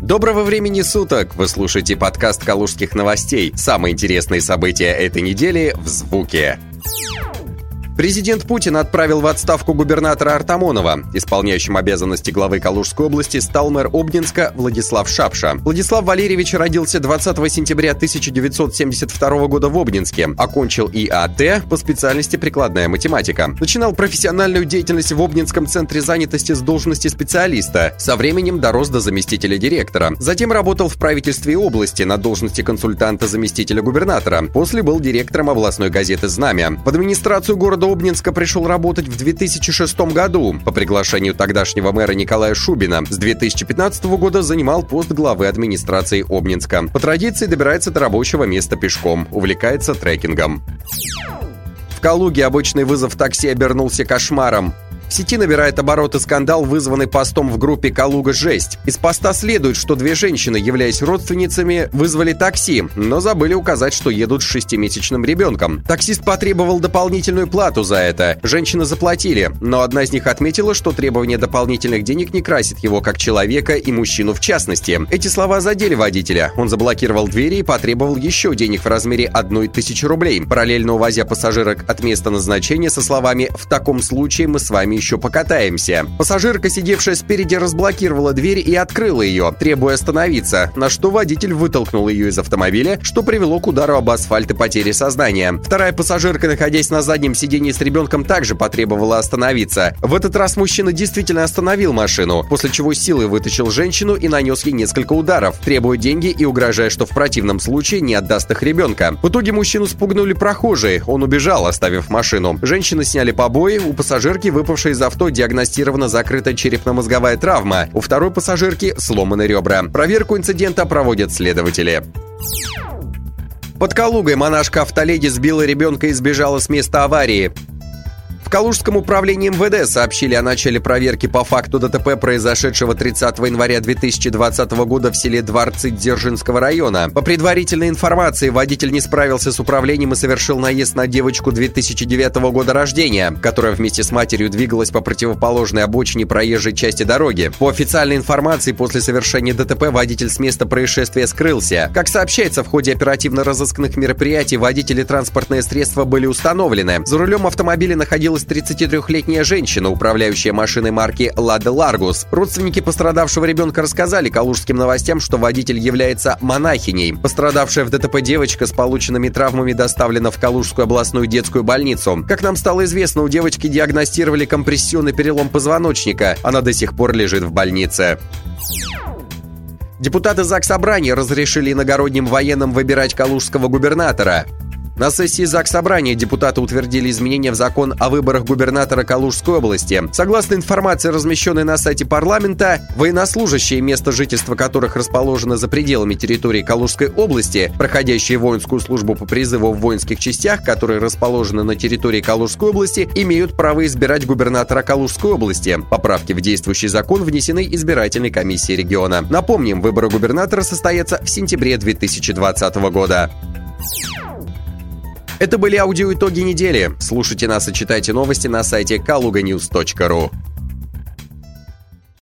Доброго времени суток! Вы слушаете подкаст Калужских новостей. Самые интересные события этой недели в звуке. Президент Путин отправил в отставку губернатора Артамонова. Исполняющим обязанности главы Калужской области стал мэр Обнинска Владислав Шапша. Владислав Валерьевич родился 20 сентября 1972 года в Обнинске. Окончил ИАТ по специальности прикладная математика. Начинал профессиональную деятельность в Обнинском центре занятости с должности специалиста. Со временем дорос до заместителя директора. Затем работал в правительстве области на должности консультанта заместителя губернатора. После был директором областной газеты «Знамя». В администрацию города Обнинска пришел работать в 2006 году по приглашению тогдашнего мэра Николая Шубина. С 2015 года занимал пост главы администрации Обнинска. По традиции добирается до рабочего места пешком, увлекается трекингом. В Калуге обычный вызов такси обернулся кошмаром. В сети набирает обороты скандал, вызванный постом в группе «Калуга жесть». Из поста следует, что две женщины, являясь родственницами, вызвали такси, но забыли указать, что едут с 6-месячным ребенком. Таксист потребовал дополнительную плату за это. Женщины заплатили, но одна из них отметила, что требование дополнительных денег не красит его как человека и мужчину в частности. Эти слова задели водителя. Он заблокировал двери и потребовал еще денег в размере 1000 рублей, параллельно увозя пассажирок от места назначения со словами «В таком случае мы с вами еще покатаемся». Пассажирка, сидевшая спереди, разблокировала дверь и открыла ее, требуя остановиться, на что водитель вытолкнул ее из автомобиля, что привело к удару об асфальт и потере сознания. Вторая пассажирка, находясь на заднем сиденье с ребенком, также потребовала остановиться. В этот раз мужчина действительно остановил машину, после чего силой вытащил женщину и нанес ей несколько ударов, требуя деньги и угрожая, что в противном случае не отдаст их ребенка. В итоге мужчину спугнули прохожие, он убежал, оставив машину. Женщины сняли побои, у пассажирки, выпавшей из авто, диагностирована закрытая черепно-мозговая травма. У второй пассажирки сломаны ребра. Проверку инцидента проводят следователи. Под Калугой монашка автоледи сбила ребенка и сбежала с места аварии. В Калужском управлении МВД сообщили о начале проверки по факту ДТП, произошедшего 30 января 2020 года в селе Дворцы Дзержинского района. По предварительной информации, водитель не справился с управлением и совершил наезд на девочку 2009 года рождения, которая вместе с матерью двигалась по противоположной обочине проезжей части дороги. По официальной информации, после совершения ДТП водитель с места происшествия скрылся. Как сообщается, в ходе оперативно-розыскных мероприятий водители транспортные средства были установлены. За рулем автомобиля находилась 33-летняя женщина, управляющая машиной марки «Лада Ларгус». Родственники пострадавшего ребенка рассказали Калужским новостям, что водитель является монахиней. Пострадавшая в ДТП девочка с полученными травмами доставлена в Калужскую областную детскую больницу. Как нам стало известно, у девочки диагностировали компрессионный перелом позвоночника. Она до сих пор лежит в больнице. Депутаты Заксобрания разрешили иногородним военным выбирать калужского губернатора. На сессии Заксобрания депутаты утвердили изменения в закон о выборах губернатора Калужской области. Согласно информации, размещенной на сайте парламента, военнослужащие, место жительства которых расположено за пределами территории Калужской области, проходящие воинскую службу по призыву в воинских частях, которые расположены на территории Калужской области, имеют право избирать губернатора Калужской области. Поправки в действующий закон внесены избирательной комиссией региона. Напомним, выборы губернатора состоятся в сентябре 2020 года. Это были аудиоитоги недели. Слушайте нас и читайте новости на сайте kaluganews.ru.